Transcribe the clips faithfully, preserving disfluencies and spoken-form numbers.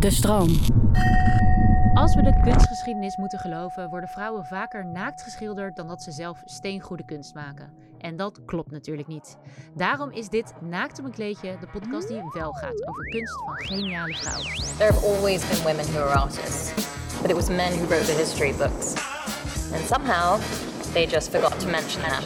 De stroom. Als we de kunstgeschiedenis moeten geloven, worden vrouwen vaker naakt geschilderd dan dat ze zelf steengoede kunst maken. En dat klopt natuurlijk niet. Daarom is dit Naakt op een kleedje, de podcast die wel gaat over kunst van geniale vrouwen. There have always been women who are artists, but it was men who wrote the history books. And somehow, they just forgot to mention that.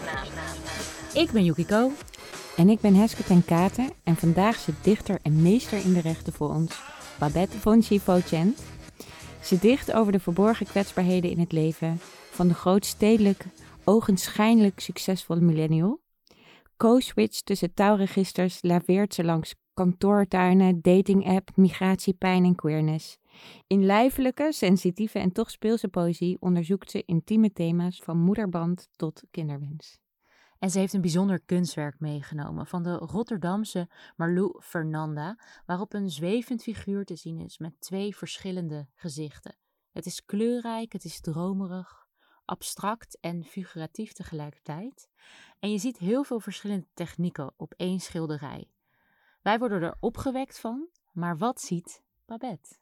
Ik ben Yukiko. En ik ben Heske ten Katen en vandaag zit dichter en meester in de rechten voor ons, Babette Vonci-Faucent. Ze dicht over de verborgen kwetsbaarheden in het leven van de grootstedelijk, ogenschijnlijk succesvolle millennial. Co-switch tussen touwregisters laveert ze langs kantoortuinen, dating-app, migratiepijn en queerness. In lijfelijke, sensitieve en toch speelse poëzie onderzoekt ze intieme thema's van moederband tot kinderwens. En ze heeft een bijzonder kunstwerk meegenomen van de Rotterdamse Marlou Fernanda, waarop een zwevend figuur te zien is met twee verschillende gezichten. Het is kleurrijk, het is dromerig, abstract en figuratief tegelijkertijd. En je ziet heel veel verschillende technieken op één schilderij. Wij worden er opgewekt van, maar wat ziet Babette?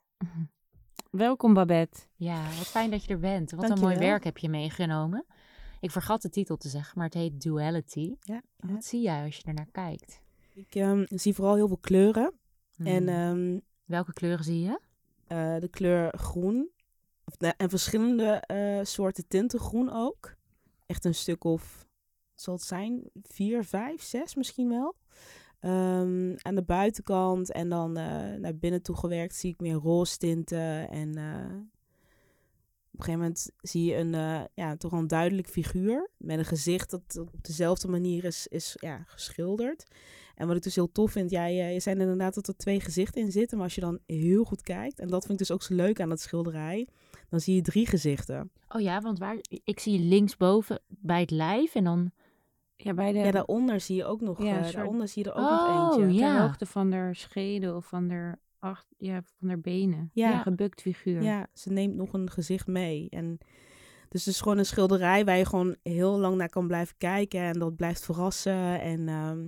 Welkom Babette. Ja, wat fijn dat je er bent. Wat Dank een je mooi wel. werk heb je meegenomen. Ik vergat de titel te zeggen, maar het heet Duality. Ja, ja. Wat zie jij als je ernaar kijkt? Ik um, zie vooral heel veel kleuren. Hmm. En um, Welke kleuren zie je? uh, de kleur groen. Of, nou, en verschillende uh, soorten tinten groen ook. Echt een stuk of, wat zal het zijn? Vier, vijf, zes misschien wel. Um, aan de buitenkant en dan uh, naar binnen toe gewerkt zie ik meer roze tinten. En uh, op een gegeven moment zie je een, uh, ja, toch wel een duidelijk figuur. Met een gezicht dat op dezelfde manier is, is ja, geschilderd. En wat ik dus heel tof vind, ja, je, je zijn inderdaad dat er twee gezichten in zitten. Maar als je dan heel goed kijkt, en dat vind ik dus ook zo leuk aan dat schilderij, dan zie je drie gezichten. Oh ja, want waar, ik zie linksboven bij het lijf en dan... Ja, bij de, Ja, daaronder zie je ook nog, Ja, uh, soort- daaronder zie je er ook Oh, nog eentje. ja. ter hoogte van de schedel of van de, acht, ja, van de benen. Ja. Een gebukt figuur. Ja, ze neemt nog een gezicht mee. En dus het is gewoon een schilderij waar je gewoon heel lang naar kan blijven kijken. En dat blijft verrassen. En um,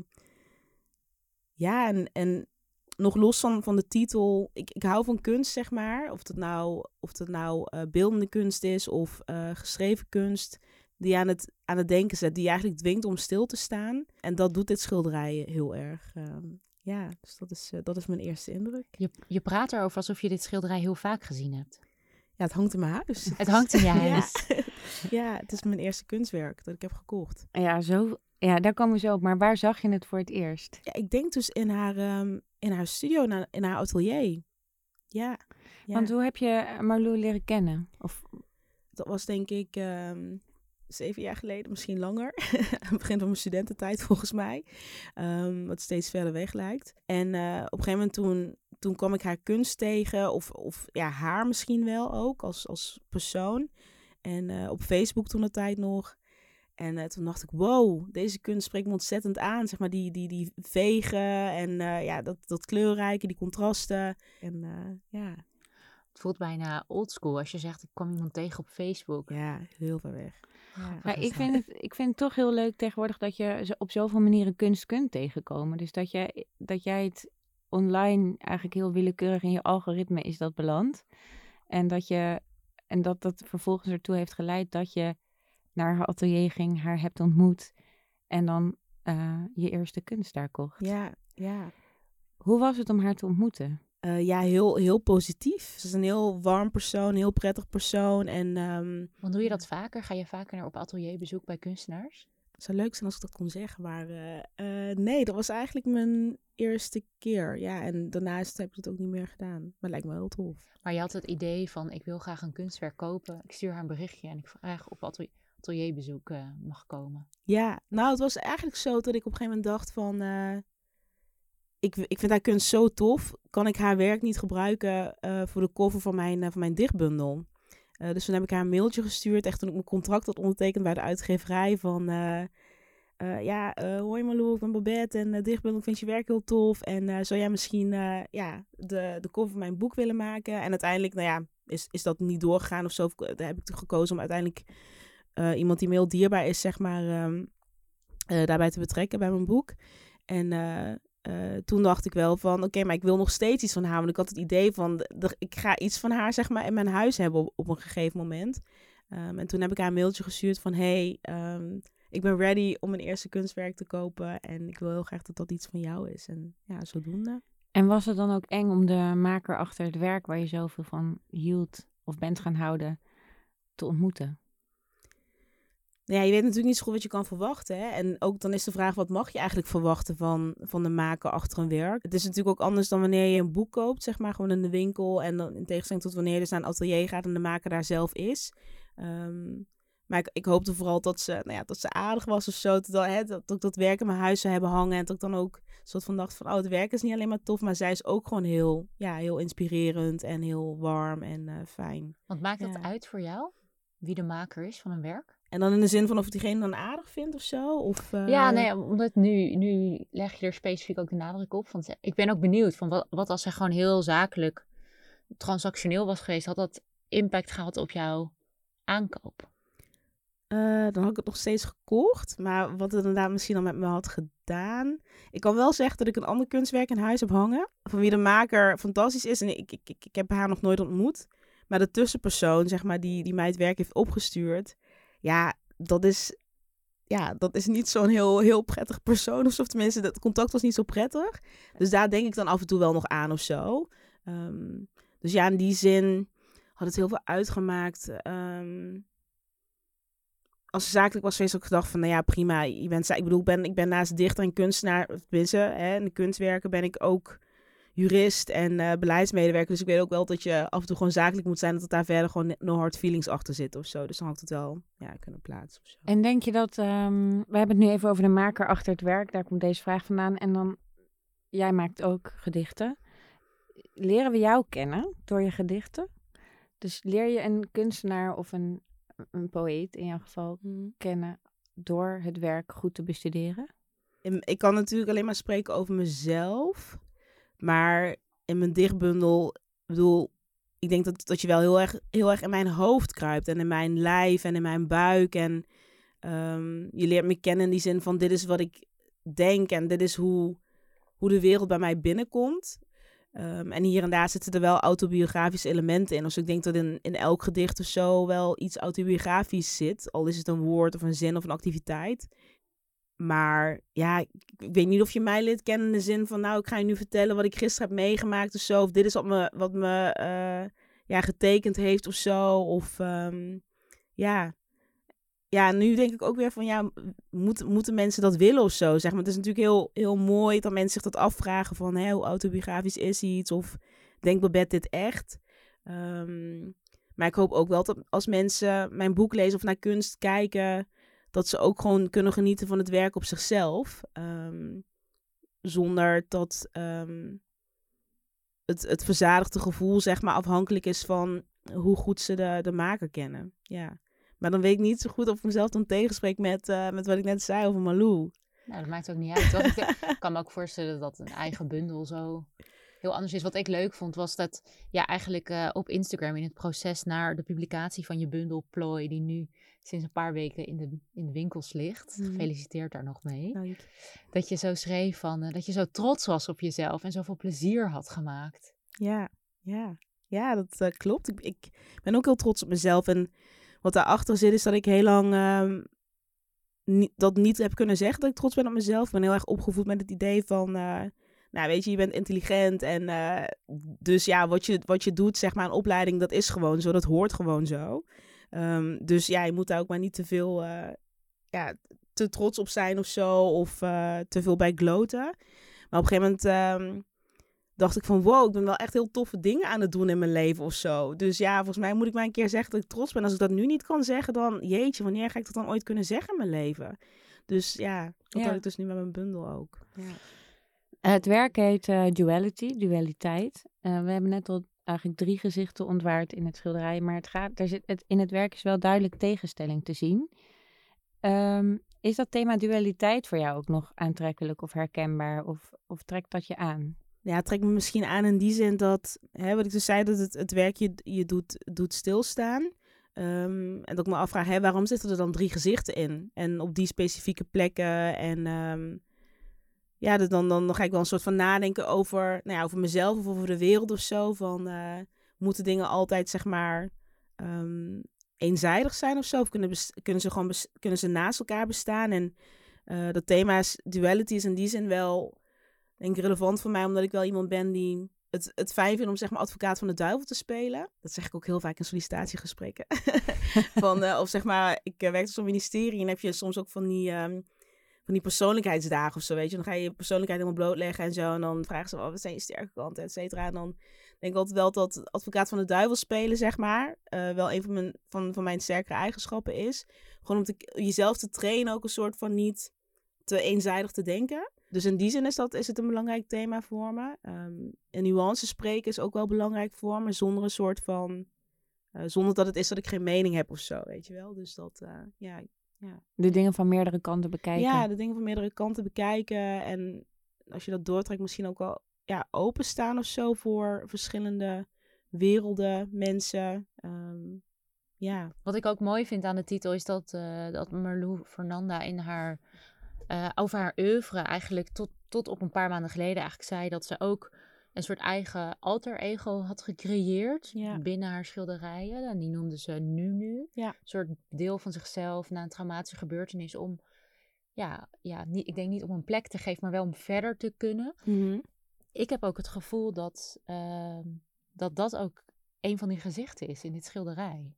ja, en, en nog los van, van de titel. Ik, ik hou van kunst, zeg maar. Of het nou, of het nou uh, beeldende kunst is of uh, geschreven kunst. Die aan het, aan het denken zet. Die je eigenlijk dwingt om stil te staan. En dat doet dit schilderij heel erg. Um, ja, dus dat is, uh, dat is mijn eerste indruk. Je, je praat erover alsof je dit schilderij heel vaak gezien hebt. Ja, het hangt in mijn huis. Het hangt in je huis. Ja. Ja, het is mijn eerste kunstwerk dat ik heb gekocht. Ja, zo, ja, daar komen we zo op. Maar waar zag je het voor het eerst? Ja, ik denk dus in haar, um, in haar studio, na- in haar atelier. Ja. ja. Want hoe heb je Marlou leren kennen? Of, Dat was denk ik um, zeven jaar geleden, misschien langer. Aan het begin van mijn studententijd volgens mij. Um, wat steeds verder weg lijkt. En uh, op een gegeven moment toen, toen kwam ik haar kunst tegen. Of, of ja, haar misschien wel ook als, als persoon. En uh, op Facebook toen de tijd nog. En uh, toen dacht ik, wow, deze kunst spreekt me ontzettend aan. Zeg maar die, die, die vegen en uh, ja, dat, dat kleurrijke, die contrasten. En uh, ja, Het voelt bijna oldschool als je zegt, ik kwam iemand tegen op Facebook. ja, heel ver weg. Ja. maar ik, vind het, ik vind het toch heel leuk tegenwoordig dat je zo- op zoveel manieren kunst kunt tegenkomen. Dus dat jij, dat jij het online eigenlijk heel willekeurig in je algoritme is dat beland. En dat, je, en dat dat vervolgens ertoe heeft geleid dat je naar haar atelier ging, haar hebt ontmoet en dan uh, je eerste kunst daar kocht. Ja, ja. Hoe was het om haar te ontmoeten? Uh, ja, heel, heel positief. Ze is een heel warm persoon, een heel prettig persoon. En um, Want doe je dat vaker? Ga je vaker naar op atelierbezoek bij kunstenaars? het zou leuk zijn als ik dat kon zeggen. Maar uh, uh, nee, dat was eigenlijk mijn eerste keer. Ja, en daarnaast heb ik het ook niet meer gedaan. Maar het lijkt me heel tof. Maar je had het idee van, ik wil graag een kunstwerk kopen. Ik stuur haar een berichtje en ik vraag op atelier, atelierbezoek uh, mag komen. Ja, nou het was eigenlijk zo dat ik op een gegeven moment dacht van... Uh, ik, ik vind haar kunst zo tof. Kan ik haar werk niet gebruiken uh, voor de cover van mijn, uh, van mijn dichtbundel? Uh, dus toen heb ik haar een mailtje gestuurd. Echt toen ik mijn contract had ondertekend bij de uitgeverij. Van uh, uh, ja, uh, hoi Marlou, ik ben Babette en uh, dichtbundel, ik vind je werk heel tof. En uh, zou jij misschien uh, ja, de, de cover van mijn boek willen maken? En uiteindelijk, nou ja, is, is dat niet doorgegaan of zo. Daar heb ik toen gekozen om uiteindelijk uh, iemand die me heel dierbaar is, zeg maar, um, uh, daarbij te betrekken bij mijn boek. En uh, uh, toen dacht ik wel van, oké, okay, maar ik wil nog steeds iets van haar. Want ik had het idee van, de, ik ga iets van haar, zeg maar, in mijn huis hebben op, op een gegeven moment. Um, en toen heb ik haar een mailtje gestuurd van, hey, um, ik ben ready om mijn eerste kunstwerk te kopen. En ik wil heel graag dat dat iets van jou is. En ja, zodoende. En was het dan ook eng om de maker achter het werk waar je zoveel van hield of bent gaan houden te ontmoeten? Ja, je weet natuurlijk niet zo goed wat je kan verwachten. Hè? En ook dan is de vraag, wat mag je eigenlijk verwachten van, van de maker achter een werk? Het is natuurlijk ook anders dan wanneer je een boek koopt, zeg maar, gewoon in de winkel. En dan in tegenstelling tot wanneer je dus naar een atelier gaat en de maker daar zelf is. Um, maar ik, ik hoopte vooral dat ze, nou ja, dat ze aardig was of zo. Dat, hè, dat ik dat werk in mijn huis zou hebben hangen. En dat ik dan ook een soort van dacht van, oh, het werk is niet alleen maar tof. Maar zij is ook gewoon heel, ja, heel inspirerend en heel warm en uh, fijn. Want maakt dat ja. uit voor jou? Wie de maker is van een werk? En dan in de zin van of ik diegene dan aardig vind of zo? Of, uh... Ja, nee, omdat nu, nu leg je er specifiek ook de nadruk op. Want ik ben ook benieuwd van wat, wat als zij gewoon heel zakelijk transactioneel was geweest. Had dat impact gehad op jouw aankoop? Uh, dan had ik het nog steeds gekocht. Maar wat het inderdaad misschien dan met me had gedaan. Ik kan wel zeggen dat ik een ander kunstwerk in huis heb hangen. Van wie de maker fantastisch is. En ik, ik, ik, ik heb haar nog nooit ontmoet. Maar de tussenpersoon, zeg maar, die, die mij het werk heeft opgestuurd. Ja, dat is, ja, dat is niet zo'n heel, heel prettig persoon. Of zo. Tenminste, het contact was niet zo prettig. Dus daar denk ik dan af en toe wel nog aan of zo. Um, dus ja, in die zin had het heel veel uitgemaakt. Um, als het zakelijk was geweest, had ik gedacht van, nou ja, prima. Je bent, ik bedoel, ik ben, ik ben naast dichter en kunstenaar, tenminste, hè, in de kunstwerken ben ik ook jurist en uh, beleidsmedewerker. Dus ik weet ook wel dat je af en toe gewoon zakelijk moet zijn. Dat het daar verder gewoon no hard feelings achter zitten of zo. Dus dan had ik het wel ja, kunnen plaatsen of zo. En denk je dat... Um, we hebben het nu even over de maker achter het werk. Daar komt deze vraag vandaan. En dan... Jij maakt ook gedichten. Leren we jou kennen door je gedichten? Dus leer je een kunstenaar of een, een poëet in jouw geval hmm. kennen door het werk goed te bestuderen? Ik kan natuurlijk alleen maar spreken over mezelf. Maar in mijn dichtbundel, ik bedoel, ik denk dat, dat je wel heel erg, heel erg in mijn hoofd kruipt. En in mijn lijf en in mijn buik. En um, je leert me kennen in die zin van, dit is wat ik denk. En dit is hoe, hoe de wereld bij mij binnenkomt. Um, en hier en daar zitten er wel autobiografische elementen in. Dus ik denk dat in, in elk gedicht of zo wel iets autobiografisch zit. Al is het een woord of een zin of een activiteit. Maar ja, ik, ik weet niet of je mij leert kennen in de zin van, nou, ik ga je nu vertellen wat ik gisteren heb meegemaakt of zo. Of dit is wat me, wat me uh, ja, getekend heeft of zo. Of um, ja. Ja, nu denk ik ook weer van, ja, moet, moeten mensen dat willen of zo, zeg maar. Het is natuurlijk heel, heel mooi dat mensen zich dat afvragen van, hè, hoe autobiografisch is iets? Of denkt Babette dit echt? Um, maar ik hoop ook wel dat als mensen mijn boek lezen of naar kunst kijken, dat ze ook gewoon kunnen genieten van het werk op zichzelf. Um, zonder dat um, het, het verzadigde gevoel, zeg maar, afhankelijk is van hoe goed ze de, de maker kennen. Ja. Maar dan weet ik niet zo goed of ik mezelf dan tegenspreek met, uh, met wat ik net zei over Malou. Nou, dat maakt ook niet uit. Toch? Ik kan me ook voorstellen dat een eigen bundel zo heel anders is. Wat ik leuk vond was dat ja, eigenlijk uh, op Instagram in het proces naar de publicatie van je bundel Plooi, die nu sinds een paar weken in de, in de winkels ligt. Mm. Gefeliciteerd daar nog mee. Dank. Dat je zo schreef van, uh, dat je zo trots was op jezelf en zoveel plezier had gemaakt. Ja, ja. Ja, dat uh, klopt. Ik, ik ben ook heel trots op mezelf. En wat daarachter zit is dat ik heel lang uh, niet, dat niet heb kunnen zeggen dat ik trots ben op mezelf. Ik ben heel erg opgevoed met het idee van, uh, nou weet je, je bent intelligent. En uh, dus ja, wat je, wat je doet, zeg maar, een opleiding, dat is gewoon zo. Dat hoort gewoon zo. Um, dus ja, je moet daar ook maar niet te veel, uh, ja, te trots op zijn of zo. Of uh, te veel bij gloten. Maar op een gegeven moment Um, dacht ik van, wow, ik ben wel echt heel toffe dingen aan het doen in mijn leven of zo. Dus ja, volgens mij moet ik maar een keer zeggen dat ik trots ben. Als ik dat nu niet kan zeggen, dan, jeetje, wanneer ga ik dat dan ooit kunnen zeggen in mijn leven? Dus ja, dat ja. had ik dus nu met mijn bundel ook. Ja. Uh, het werk heet uh, Duality, dualiteit. Uh, we hebben net al eigenlijk drie gezichten ontwaard in het schilderij, maar het gaat, er zit, het, in het werk is wel duidelijk tegenstelling te zien. Um, is dat thema dualiteit voor jou ook nog aantrekkelijk of herkenbaar? Of, of trekt dat je aan? Ja, het trekt me misschien aan in die zin dat, hè, wat ik dus zei, dat het, het werk je, je doet, doet stilstaan. Um, en dat ik me afvraag, hè, waarom zitten er dan drie gezichten in? En op die specifieke plekken. En um, ja, dan, dan, dan ga ik wel een soort van nadenken over, nou ja, over mezelf of over de wereld of zo. Van, uh, moeten dingen altijd, zeg maar, um, eenzijdig zijn of zo? Of kunnen, bes- kunnen ze gewoon bes- kunnen ze naast elkaar bestaan? En uh, dat thema is duality is in die zin wel, denk ik, relevant voor mij. Omdat ik wel iemand ben die het, het fijn vindt om, zeg maar, advocaat van de duivel te spelen. Dat zeg ik ook heel vaak in sollicitatiegesprekken. van, uh, of zeg maar, ik uh, werk op zo'n ministerie en heb je soms ook van die... Um, van die persoonlijkheidsdagen of zo, weet je. Dan ga je je persoonlijkheid helemaal blootleggen en zo. En dan vragen ze, oh, wat zijn je sterke kanten, et cetera. En dan denk ik altijd wel dat advocaat van de duivel spelen, zeg maar, uh, wel een van mijn, van, van mijn sterkere eigenschappen is. Gewoon om te, jezelf te trainen, ook een soort van niet te eenzijdig te denken. Dus in die zin is, dat, is het een belangrijk thema voor me. Um, en nuance spreken is ook wel belangrijk voor me, zonder een soort van... Uh, zonder dat het is dat ik geen mening heb of zo, weet je wel. Dus dat, uh, ja... Ja. De dingen van meerdere kanten bekijken. Ja, de dingen van meerdere kanten bekijken. En als je dat doortrekt, misschien ook wel ja, openstaan of zo voor verschillende werelden, mensen. Um, ja. Wat ik ook mooi vind aan de titel is dat, uh, dat Marlou Fernanda in haar, uh, over haar oeuvre eigenlijk tot, tot op een paar maanden geleden eigenlijk zei dat ze ook een soort eigen alter ego had gecreëerd ja. binnen haar schilderijen. En die noemde ze Nunu. Ja. Een soort deel van zichzelf na een traumatische gebeurtenis om, ja, ja niet, ik denk niet om een plek te geven, maar wel om verder te kunnen. Mm-hmm. Ik heb ook het gevoel dat, uh, dat dat ook een van die gezichten is in dit schilderij.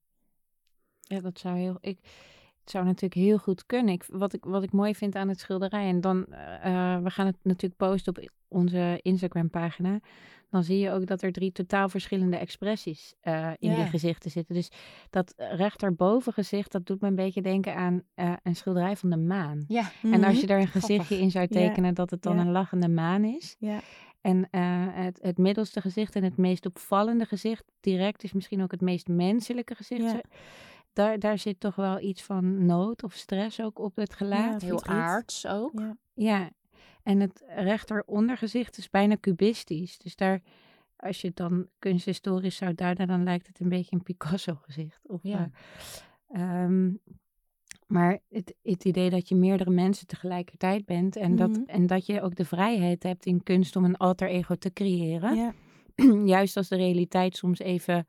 Ja, dat zou heel... Ik, het zou natuurlijk heel goed kunnen. Ik, wat, ik, wat ik mooi vind aan het schilderij... en dan, uh, we gaan het natuurlijk posten op onze Instagram-pagina... dan zie je ook dat er drie totaal verschillende expressies uh, in ja. die gezichten zitten. Dus dat rechterboven gezicht, dat doet me een beetje denken aan uh, een schilderij van de maan. Ja. Mm-hmm. En als je daar een gezichtje Grappig. in zou tekenen, ja. dat het dan ja. een lachende maan is... Ja. En uh, het, het middelste gezicht en het meest opvallende gezicht... direct is misschien ook het meest menselijke gezicht... Ja. Daar, daar zit toch wel iets van nood of stress ook op het gelaat. Ja, heel aards ook. Ja. ja, en het rechterondergezicht is bijna cubistisch. Dus daar, als je het dan kunsthistorisch zou duiden, dan lijkt het een beetje een Picasso-gezicht. Of, ja. uh, um, maar het, het idee dat je meerdere mensen tegelijkertijd bent... En, mm-hmm. dat, en dat je ook de vrijheid hebt in kunst om een alter ego te creëren. Ja. Juist als de realiteit soms even...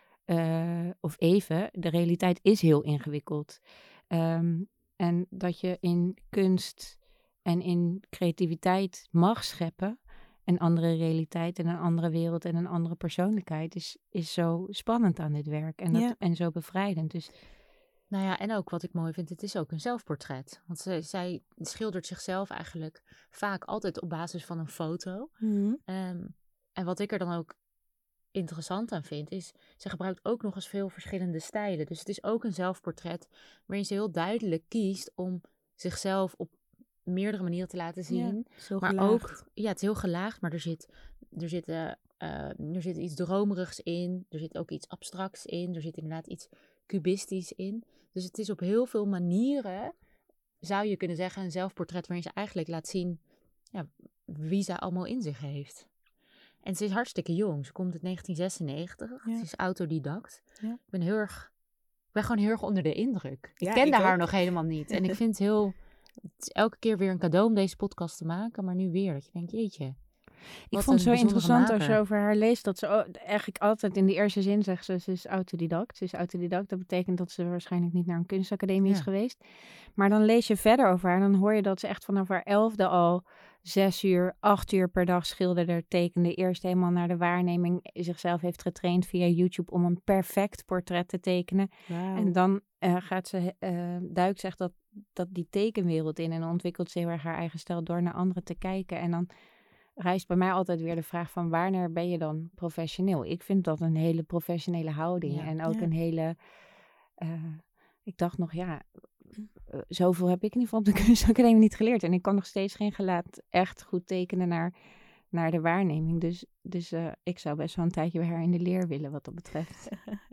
Uh, of even, de realiteit is heel ingewikkeld. Um, en dat je in kunst en in creativiteit mag scheppen... een andere realiteit en een andere wereld en een andere persoonlijkheid... is, is zo spannend aan dit werk en, dat, ja. en zo bevrijdend. Dus... Nou ja, en ook wat ik mooi vind, het is ook een zelfportret. Want zij, zij schildert zichzelf eigenlijk vaak altijd op basis van een foto. Mm-hmm. Um, en wat ik er dan ook... interessant aan vind, is ze gebruikt ook nog eens veel verschillende stijlen. Dus het is ook een zelfportret waarin ze heel duidelijk kiest om zichzelf op meerdere manieren te laten zien. Ja, maar gelaagd. ook, ja, het is heel gelaagd, maar er zit, er zit, uh, er zit iets dromerigs in, er zit ook iets abstracts in, er zit inderdaad iets cubistisch in. Dus het is op heel veel manieren, zou je kunnen zeggen, een zelfportret waarin ze eigenlijk laat zien ja, wie ze allemaal in zich heeft. En ze is hartstikke jong. Ze komt uit negentien zesennegentig. Ja. Ze is autodidact. Ja. Ik ben heel erg... Ik ben gewoon heel erg onder de indruk. Ik ja, kende ik haar ook. nog helemaal niet. En ik vind het heel... Het is elke keer weer een cadeau om deze podcast te maken. Maar nu weer. Dat je denkt, jeetje. Ik vond het zo interessant als je over haar leest... dat ze oh, eigenlijk altijd in de eerste zin zegt... Ze, ze is autodidact. Ze is autodidact. Dat betekent dat ze waarschijnlijk niet naar een kunstacademie ja. is geweest. Maar dan lees je verder over haar... en dan hoor je dat ze echt vanaf haar elfde al... zes uur, acht uur per dag schilderde, tekende. Eerst helemaal naar de waarneming zichzelf heeft getraind via YouTube om een perfect portret te tekenen. Wow. En dan uh, gaat ze, uh, duikt zich dat, dat die tekenwereld in en ontwikkelt ze heel erg haar eigen stijl door naar anderen te kijken. En dan rijst bij mij altijd weer de vraag van wanneer ben je dan professioneel? Ik vind dat een hele professionele houding ja. en ook ja. een hele... Uh, ik dacht nog, ja... Uh, zoveel heb ik in ieder geval op de kunstacademie niet geleerd. En ik kan nog steeds geen gelaat echt goed tekenen naar, naar de waarneming. Dus, dus uh, ik zou best wel een tijdje bij haar in de leer willen wat dat betreft.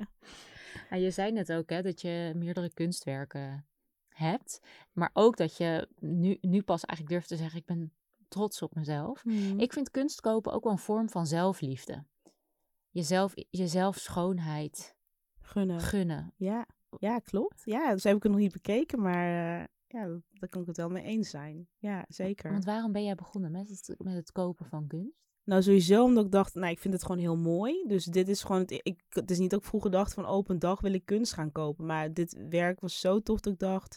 Ja, je zei net ook hè, dat je meerdere kunstwerken hebt. Maar ook dat je nu, nu pas eigenlijk durft te zeggen... ik ben trots op mezelf. Mm. Ik vind kunst kopen ook wel een vorm van zelfliefde. Jezelf, jezelf schoonheid gunnen. gunnen. Ja. Ja, klopt. Ja, dus heb ik het nog niet bekeken, maar uh, ja, dat- daar kan ik het wel mee eens zijn. Ja, zeker. Want waarom ben jij begonnen met het, met het kopen van kunst? Nou, sowieso omdat ik dacht, nou, ik vind het gewoon heel mooi. Dus dit is gewoon, het, ik, het is niet dat ik vroeger dacht van, oh, op een dag wil ik kunst gaan kopen. Maar dit werk was zo tof dat ik dacht,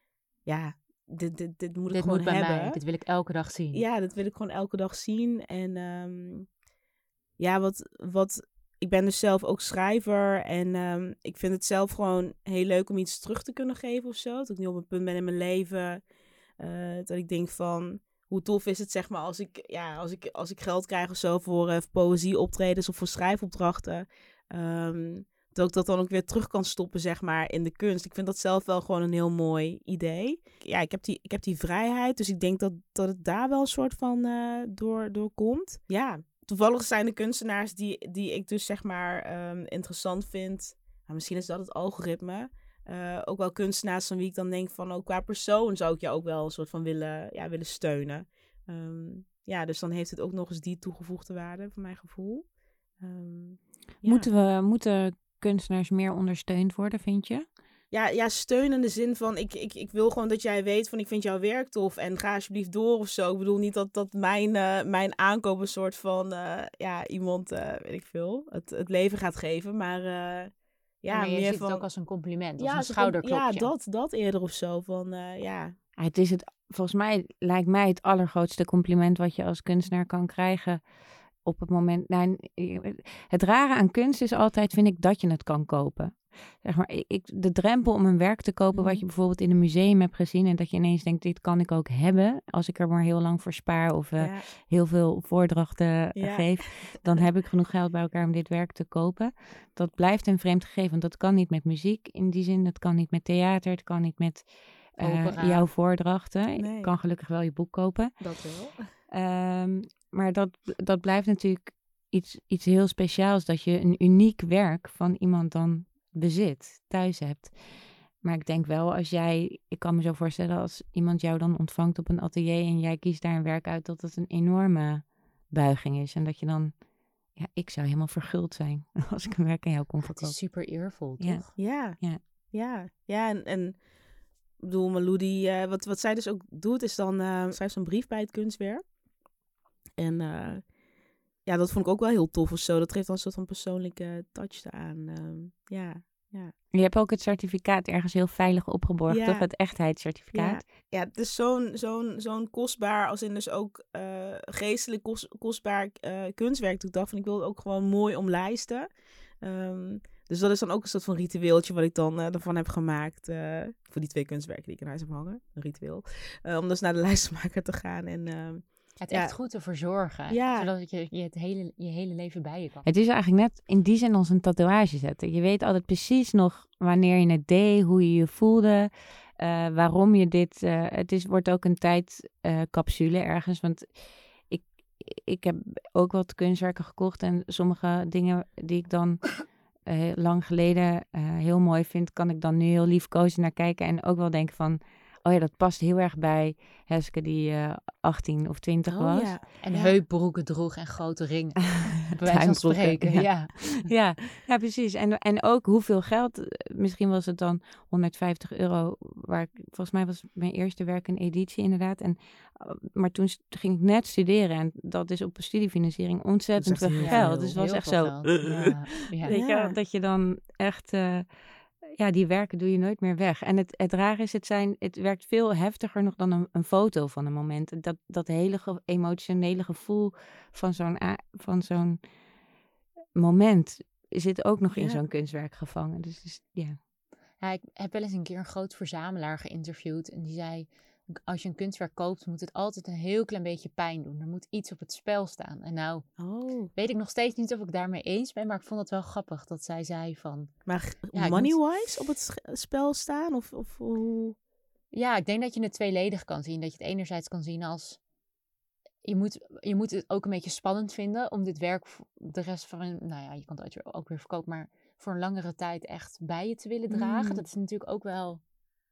ja, dit, dit, dit moet ik Dit gewoon moet bij hebben. mij, dit wil ik elke dag zien. Ja, dat wil ik gewoon elke dag zien. En um, ja, wat, wat, ik ben dus zelf ook schrijver. En um, ik vind het zelf gewoon heel leuk om iets terug te kunnen geven of zo. Dat ik nu op een punt ben in mijn leven. Uh, dat ik denk van, hoe tof is het zeg maar als ik, ja, als ik, als ik geld krijg of zo voor uh, poëzieoptredens of voor schrijfopdrachten. Um, dat ik dat dan ook weer terug kan stoppen, zeg maar, in de kunst. Ik vind dat zelf wel gewoon een heel mooi idee. Ja, ik heb die, ik heb die vrijheid, dus ik denk dat, dat het daar wel een soort van uh, door, door komt. Ja, toevallig zijn de kunstenaars die, die ik dus, zeg maar, um, interessant vind. Nou, misschien is dat het algoritme. Uh, ook wel kunstenaars van wie ik dan denk van, oh, qua persoon zou ik jou ook wel een soort van willen, ja, willen steunen. Um, ja, dus dan heeft het ook nog eens die toegevoegde waarde, voor mijn gevoel. Um, ja. Moeten we, moeten kunstenaars meer ondersteund worden, vind je? Ja, ja, steun in de zin van, ik, ik, ik wil gewoon dat jij weet van, ik vind jouw werk tof en ga alsjeblieft door of zo. Ik bedoel niet dat, dat mijn, uh, mijn aankoop een soort van, uh, ja, iemand, uh, weet ik veel, het, het leven gaat geven, maar... Uh, ja, ja, maar je meer ziet van... het ook als een compliment, als ja, een schouderklopje. Ja, dat, dat eerder of zo, van, uh, ja... Het is het, volgens mij lijkt mij het allergrootste compliment wat je als kunstenaar kan krijgen op het moment... Nou, het rare aan kunst is altijd, vind ik, dat je het kan kopen. Zeg maar, ik, de drempel om een werk te kopen, wat je bijvoorbeeld in een museum hebt gezien, en dat je ineens denkt, dit kan ik ook hebben, als ik er maar heel lang voor spaar of uh, ja. heel veel voordrachten ja. geef, dan heb ik genoeg geld bij elkaar om dit werk te kopen. Dat blijft een vreemd gegeven, want dat kan niet met muziek in die zin, dat kan niet met theater, het kan niet met uh, jouw voordrachten. Nee. Je kan gelukkig wel je boek kopen. Dat wel. Um, maar dat, dat blijft natuurlijk iets, iets heel speciaals, dat je een uniek werk van iemand dan bezit, thuis hebt. Maar ik denk wel, als jij, ik kan me zo voorstellen, als iemand jou dan ontvangt op een atelier en jij kiest daar een werk uit, dat het een enorme buiging is. En dat je dan, ja, ik zou helemaal verguld zijn als ik een werk aan jou kon verkopen. Het is super eervol, ja. toch? Ja, ja, ja, ja. En, en ik bedoel, Malou, die, uh, wat, wat zij dus ook doet, is dan, uh, schrijft zo'n brief bij het kunstwerk. En uh, ja, dat vond ik ook wel heel tof of zo. Dat geeft dan een soort van persoonlijke touch aan. Um, ja, ja. Je hebt ook het certificaat ergens heel veilig opgeborgen, ja. toch? Het echtheidscertificaat. Ja, ja, het is zo'n, zo'n, zo'n kostbaar, als in dus ook uh, geestelijk kost, kostbaar uh, kunstwerk. Toen ik dacht van, ik wil het ook gewoon mooi omlijsten. Um, dus dat is dan ook een soort van ritueeltje wat ik dan uh, ervan heb gemaakt. Uh, voor die twee kunstwerken die ik in huis heb hangen. Een ritueel. Uh, om dus naar de lijstenmaker te gaan en... Uh, Het echt ja. goed te verzorgen, ja. Zodat je, je het hele, je hele leven bij je kan. Het is eigenlijk net in die zin als een tatoeage zetten. Je weet altijd precies nog wanneer je het deed, hoe je je voelde, uh, waarom je dit... Uh, het is, wordt ook een tijdcapsule uh, ergens, want ik, ik heb ook wat kunstwerken gekocht en sommige dingen die ik dan uh, lang geleden uh, heel mooi vind, kan ik dan nu heel liefkozen naar kijken en ook wel denken van... Oh ja, dat past heel erg bij Heske die uh, achttien of twintig oh, was. Ja. En ja. heupbroeken droeg en grote ringen. Bij wijze van spreken. Ja. Ja. ja, ja, precies. En, en ook hoeveel geld. Misschien was het dan honderdvijftig euro. Waar ik, volgens mij was mijn eerste werk een editie inderdaad. En, maar toen ging ik net studeren. En dat is op studiefinanciering ontzettend veel geld. Ja, dus het was echt zo. Ja. Ja. Weet je, dat je dan echt... Uh, Ja, die werken doe je nooit meer weg. En het, het raar is, het, zijn, het werkt veel heftiger nog dan een, een foto van een moment. Dat, dat hele ge- emotionele gevoel van zo'n, van zo'n moment zit ook nog in ja. zo'n kunstwerk gevangen. Dus, dus ja. ja. Ik heb wel eens een keer een groot verzamelaar geïnterviewd. En die zei, als je een kunstwerk koopt, moet het altijd een heel klein beetje pijn doen. Er moet iets op het spel staan. En nou, oh. weet ik nog steeds niet of ik daarmee eens ben, maar ik vond het wel grappig dat zij zei van... Maar ja, money-wise moet... op het spel staan? Of, of hoe? Ja, ik denk dat je het tweeledig kan zien. Dat je het enerzijds kan zien als... Je moet, je moet het ook een beetje spannend vinden om dit werk de rest van... Nou ja, je kan het ook weer verkopen, maar voor een langere tijd echt bij je te willen dragen. Mm. Dat is natuurlijk ook wel...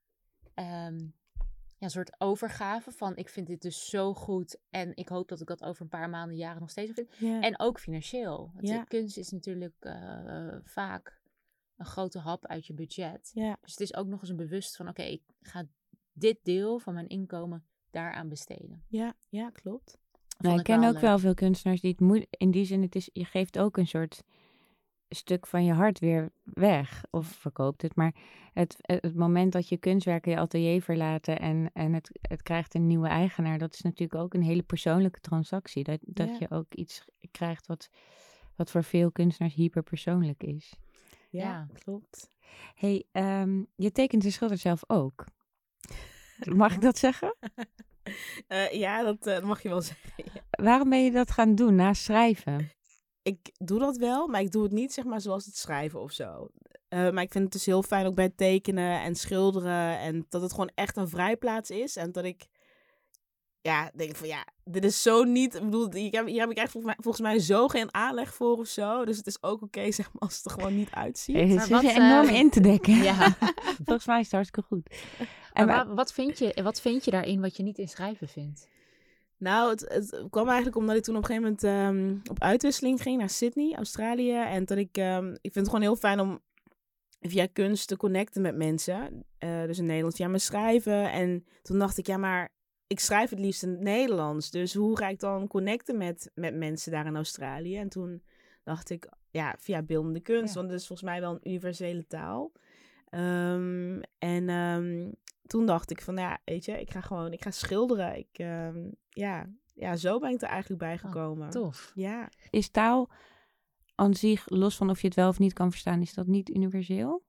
Um, Ja, een soort overgave van ik vind dit dus zo goed en ik hoop dat ik dat over een paar maanden, jaren nog steeds vind. Yeah. En ook financieel. Want yeah. kunst is natuurlijk uh, vaak een grote hap uit je budget. Yeah. Dus het is ook nog eens een bewust van oké, okay, ik ga dit deel van mijn inkomen daaraan besteden. Ja, ja, klopt. Nou, ik ik ken wel ook leuk. wel veel kunstenaars die het moeilijk... In die zin, het is, je geeft ook een soort stuk van je hart weer weg. Of verkoopt het. Maar het, het moment dat je kunstwerken je atelier verlaten... en, en het, het krijgt een nieuwe eigenaar... dat is natuurlijk ook een hele persoonlijke transactie. Dat, dat Ja. je ook iets krijgt wat, wat voor veel kunstenaars hyperpersoonlijk is. Ja, Ja. klopt. Hey, ehm, je tekent en schildert zelf ook. Mag ik dat zeggen? Eh, ja, dat eh, mag je wel zeggen. Ja. Waarom ben je dat gaan doen naast schrijven? Ik doe dat wel, maar ik doe het niet zeg maar zoals het schrijven of zo. Eh, maar ik vind het dus heel fijn ook bij het tekenen en schilderen. En dat het gewoon echt een vrijplaats is. En dat ik ja, denk van ja, dit is zo niet... Ik bedoel, hier heb, hier heb ik echt volgens mij, volgens mij zo geen aanleg voor of zo. Dus het is ook oké zeg maar als het er gewoon niet uitziet. Het Maar is wat, je enorm eh, in te dekken. Ja. Volgens mij is het hartstikke goed. Maar En wa- wa- wat, vind je, wat vind je daarin wat je niet in schrijven vindt? Nou, het, het kwam eigenlijk omdat ik toen op een gegeven moment ehm, op uitwisseling ging naar Sydney, Australië. En dat ik, ehm, ik vind het gewoon heel fijn om via kunst te connecten met mensen. Eh, dus in Nederland via mijn schrijven. En toen dacht ik, ja, maar ik schrijf het liefst in het Nederlands. Dus hoe ga ik dan connecten met, met mensen daar in Australië? En toen dacht ik, ja, via beeldende kunst. Ja. Want dat is volgens mij wel een universele taal. Ehm, en ehm, toen dacht ik van, ja, weet je, ik ga gewoon, ik ga schilderen. Ik, ehm, ja, ja, zo ben ik er eigenlijk bij gekomen. Tof. Ja. is taal aan zich, los van of je het wel of niet kan verstaan, is dat niet universeel?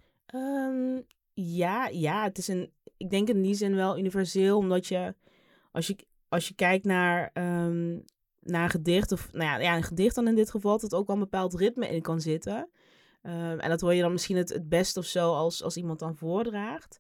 Ehm, ja, ja, het is een, ik denk in die zin wel universeel, omdat je, als je, als je kijkt naar, ehm, naar een gedicht, of nou ja, ja, een gedicht dan in dit geval, dat ook wel een bepaald ritme in kan zitten. Ehm, en dat hoor je dan misschien het, het best of zo als, als iemand dan voordraagt.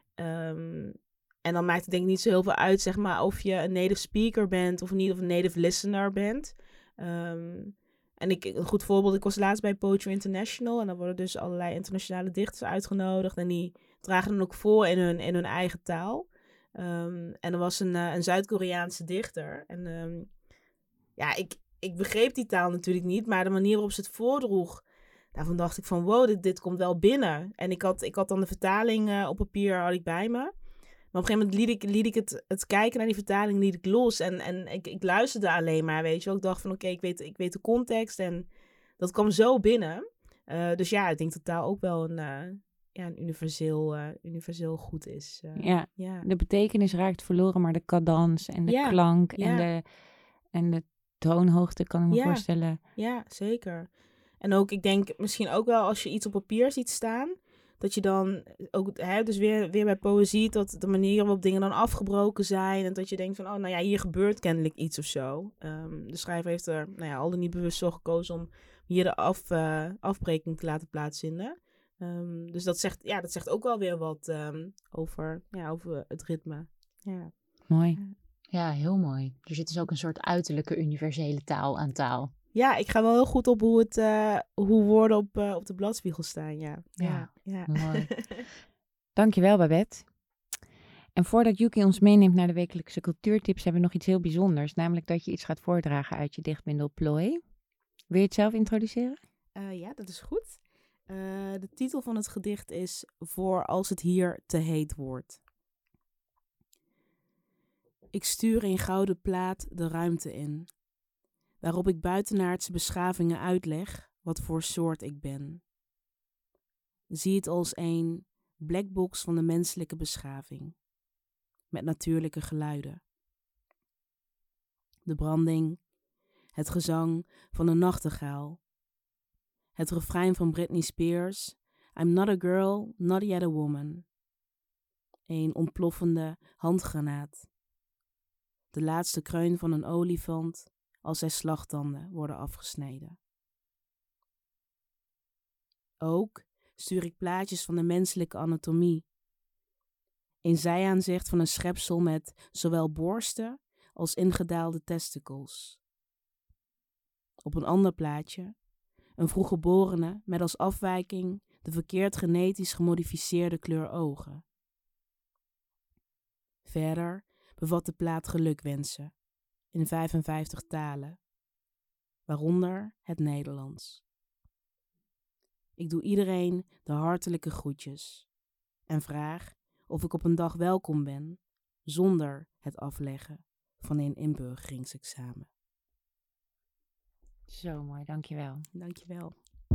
Ehm, en dan maakt het denk ik niet zo heel veel uit, zeg maar, of je een native speaker bent of niet, of een native listener bent. Ehm, en ik, een goed voorbeeld, ik was laatst bij Poetry International en dan worden dus allerlei internationale dichters uitgenodigd en die dragen dan ook voor in hun, in hun eigen taal. Ehm, en er was een, eh, een Zuid-Koreaanse dichter en ehm, ja, ik, ik begreep die taal natuurlijk niet, maar de manier waarop ze het voordroeg, daarvan dacht ik van wow, dit, dit komt wel binnen. En ik had, ik had dan de vertaling uh, op papier had ik bij me. Maar op een gegeven moment liet ik, liet ik het, het kijken naar die vertaling liet ik los. En, en ik, ik luisterde alleen maar, weet je wel. Ik dacht van oké, okay, ik, weet, ik weet de context. En dat kwam zo binnen. Uh, dus ja, ik denk dat taal ook wel een, uh, ja, een universeel, uh, universeel goed is. Uh, Ja, ja. de betekenis raakt verloren, maar de cadans en de Ja, klank ja. en, de, en de toonhoogte kan ik me Ja. voorstellen. Ja, zeker. En ook, ik denk misschien ook wel als je iets op papier ziet staan, dat je dan ook, hè, dus weer, weer bij poëzie, dat de manier waarop dingen dan afgebroken zijn. En dat je denkt van, oh, nou ja, hier gebeurt kennelijk iets of zo. Um, de schrijver heeft er, nou ja, al dan niet bewust voor gekozen om hier de af, uh, afbreking te laten plaatsvinden. Um, dus dat zegt, ja, dat zegt ook wel weer wat um, over, ja, over het ritme. Ja. Mooi. Ja, heel mooi. Er zit dus ook een soort uiterlijke universele taal aan taal. Ja, ik ga wel heel goed op hoe, het, uh, hoe woorden op, uh, op de bladspiegel staan, ja. Ja, ja. mooi. Dankjewel, Babette. En voordat Yuki ons meeneemt naar de wekelijkse cultuurtips, hebben we nog iets heel bijzonders. Namelijk dat je iets gaat voordragen uit je dichtbundel Plooi. Wil je het zelf introduceren? Uh, ja, dat is goed. Uh, de titel van het gedicht is Voor als het hier te heet wordt. Ik stuur in gouden plaat de ruimte in, waarop ik buitenaardse beschavingen uitleg wat voor soort ik ben. Zie het als een blackbox van de menselijke beschaving, met natuurlijke geluiden. De branding, het gezang van een nachtegaal, het refrein van Britney Spears, I'm not a girl, not yet a woman. Een ontploffende handgranaat, de laatste kreun van een olifant als zijn slagtanden worden afgesneden. Ook stuur ik plaatjes van de menselijke anatomie. Een zijaanzicht van een schepsel met zowel borsten als ingedaalde testicles. Op een ander plaatje een vroeggeborene met als afwijking de verkeerd genetisch gemodificeerde kleur ogen. Verder bevat de plaat gelukwensen in vijfenvijftig talen, waaronder het Nederlands. Ik doe iedereen de hartelijke groetjes en vraag of ik op een dag welkom ben, zonder het afleggen van een inburgeringsexamen. Zo mooi, dankjewel. Dankjewel.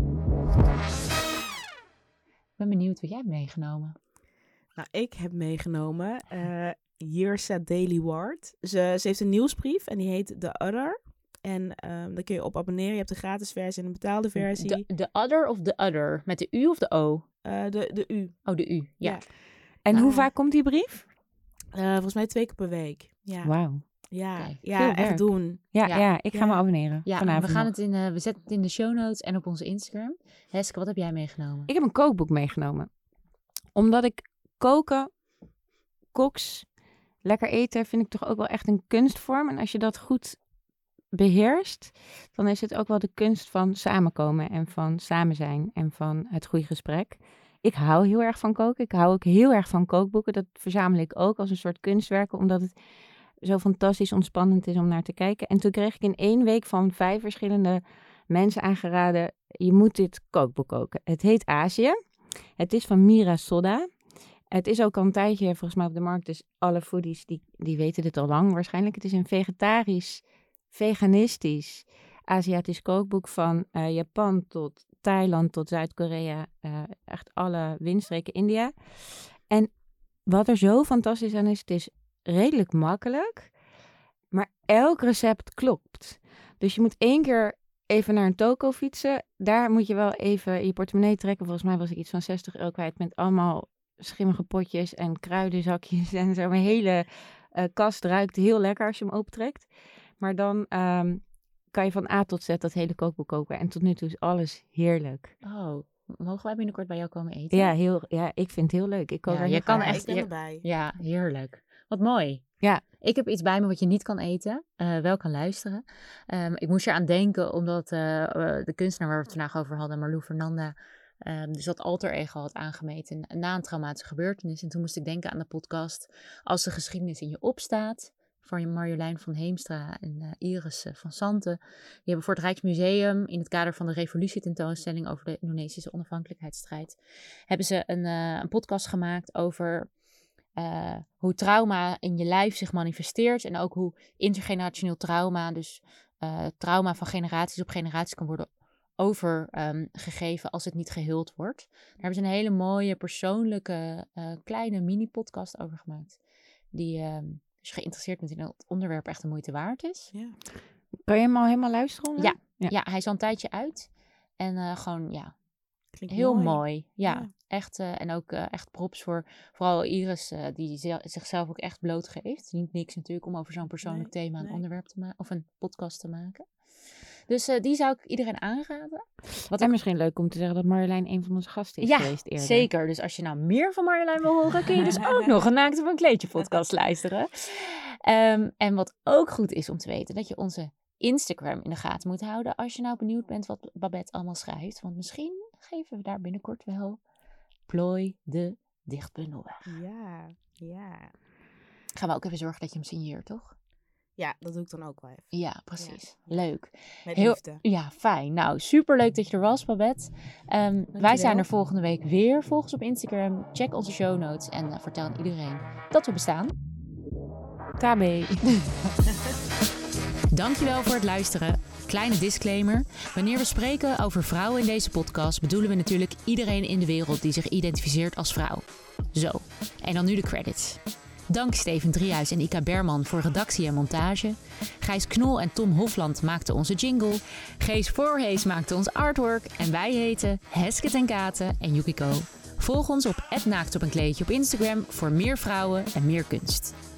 Ik ben benieuwd wat jij hebt meegenomen. Nou, ik heb meegenomen uh, Jirsa Daily Ward. Ze, ze heeft een nieuwsbrief en die heet The Other. En um, daar kun je op abonneren. Je hebt de gratis versie en een betaalde versie. De, de Other of The Other? Met de U of de O? Uh, de, de U. Oh, de U, ja. ja. En nou, hoe vaak komt die brief? Uh, volgens mij twee keer per week. Ja. Wauw. Ja, okay. ja echt doen. Ja, ja. ja ik ga ja. me abonneren. Ja, vanavond we, gaan het in, uh, we zetten het in de show notes en op onze Instagram. Heske, wat heb jij meegenomen? Ik heb een kookboek meegenomen. Omdat ik koken, koks, lekker eten vind ik toch ook wel echt een kunstvorm. En als je dat goed beheerst, dan is het ook wel de kunst van samenkomen en van samen zijn en van het goede gesprek. Ik hou heel erg van koken. Ik hou ook heel erg van kookboeken. Dat verzamel ik ook als een soort kunstwerken, omdat het zo fantastisch ontspannend is om naar te kijken. En toen kreeg ik in één week van vijf verschillende mensen aangeraden, je moet dit kookboek koken. Het heet Azië. Het is van Mira Sodha. Het is ook al een tijdje volgens mij op de markt, dus alle foodies die, die weten dit al lang waarschijnlijk. Het is een vegetarisch, veganistisch, Aziatisch kookboek van uh, Japan tot Thailand tot Zuid-Korea. Uh, echt alle windstreken India. En wat er zo fantastisch aan is, het is redelijk makkelijk, maar elk recept klopt. Dus je moet één keer even naar een toko fietsen. Daar moet je wel even je portemonnee trekken. Volgens mij was ik iets van zestig euro kwijt met allemaal schimmige potjes en kruidenzakjes en zo. Mijn hele uh, kast ruikt heel lekker als je hem opentrekt. Maar dan um, kan je van A tot Z dat hele kookboek koken. En tot nu toe is alles heerlijk. Oh, mogen wij binnenkort bij jou komen eten? Ja, heel, ja ik vind het heel leuk. Ik kook ja, er je heel kan graag. echt, ik ben je, erbij. Ja, heerlijk. Wat mooi. Ja. Ik heb iets bij me wat je niet kan eten, uh, wel kan luisteren. Um, ik moest er aan denken omdat uh, uh, de kunstenaar waar we het vandaag over hadden, Marlou Fernanda, um, dus dat alter ego had aangemeten na een traumatische gebeurtenis. En toen moest ik denken aan de podcast Als de geschiedenis in je opstaat, van Marjolein van Heemstra en uh, Iris uh, van Santen. Die hebben voor het Rijksmuseum in het kader van de revolutietentoonstelling over de Indonesische onafhankelijkheidsstrijd, hebben ze een, uh, een podcast gemaakt over Uh, hoe trauma in je lijf zich manifesteert en ook hoe intergenerationeel trauma, dus uh, trauma van generaties op generaties kan worden overgegeven um, als het niet geheeld wordt. Daar hebben ze een hele mooie persoonlijke uh, kleine mini-podcast over gemaakt, die uh, als je geïnteresseerd bent in het onderwerp echt de moeite waard is. Ja. Kan je hem al helemaal luisteren? Ja, ja. ja, hij is al een tijdje uit en uh, gewoon ja, Klinkt heel mooi. mooi. Ja. Ja. Echt, uh, en ook uh, echt props voor vooral Iris, uh, die zel- zichzelf ook echt blootgeeft. Niet niks natuurlijk om over zo'n persoonlijk Nee, thema een nee. onderwerp te maken of een podcast te maken. Dus uh, die zou ik iedereen aanraden. Wat En ik... misschien leuk om te zeggen dat Marjolein een van onze gasten is ja, geweest eerder. zeker. Dus als je nou meer van Marjolein wil horen, kun je dus ook nog een Naakt op een kleedje podcast luisteren. Um, en wat ook goed is om te weten, dat je onze Instagram in de gaten moet houden als je nou benieuwd bent wat Babette allemaal schrijft. Want misschien geven we daar binnenkort wel Plooi de dichtbundel weg. Ja, ja. Gaan we ook even zorgen dat je hem signeert, toch? Ja, dat doe ik dan ook wel even. Ja, precies. Ja. Leuk. Met Heel, liefde. ja, fijn. Nou, superleuk dat je er was, Babette. Um, wij zijn er volgende week weer. Volg ons op Instagram. Check onze show notes. En uh, vertel aan iedereen dat we bestaan. Tabé. Dankjewel voor het luisteren. Kleine disclaimer. Wanneer we spreken over vrouwen in deze podcast, bedoelen we natuurlijk iedereen in de wereld die zich identificeert als vrouw. Zo. En dan nu de credits. Dank Steven Driehuis en Ika Berman voor redactie en montage. Gijs Knol en Tom Hofland maakten onze jingle. Gees Voorhees maakte ons artwork. En wij heten Heske ten Katen en Yukiko. Volg ons op het naakt op een kleedje op Instagram voor meer vrouwen en meer kunst.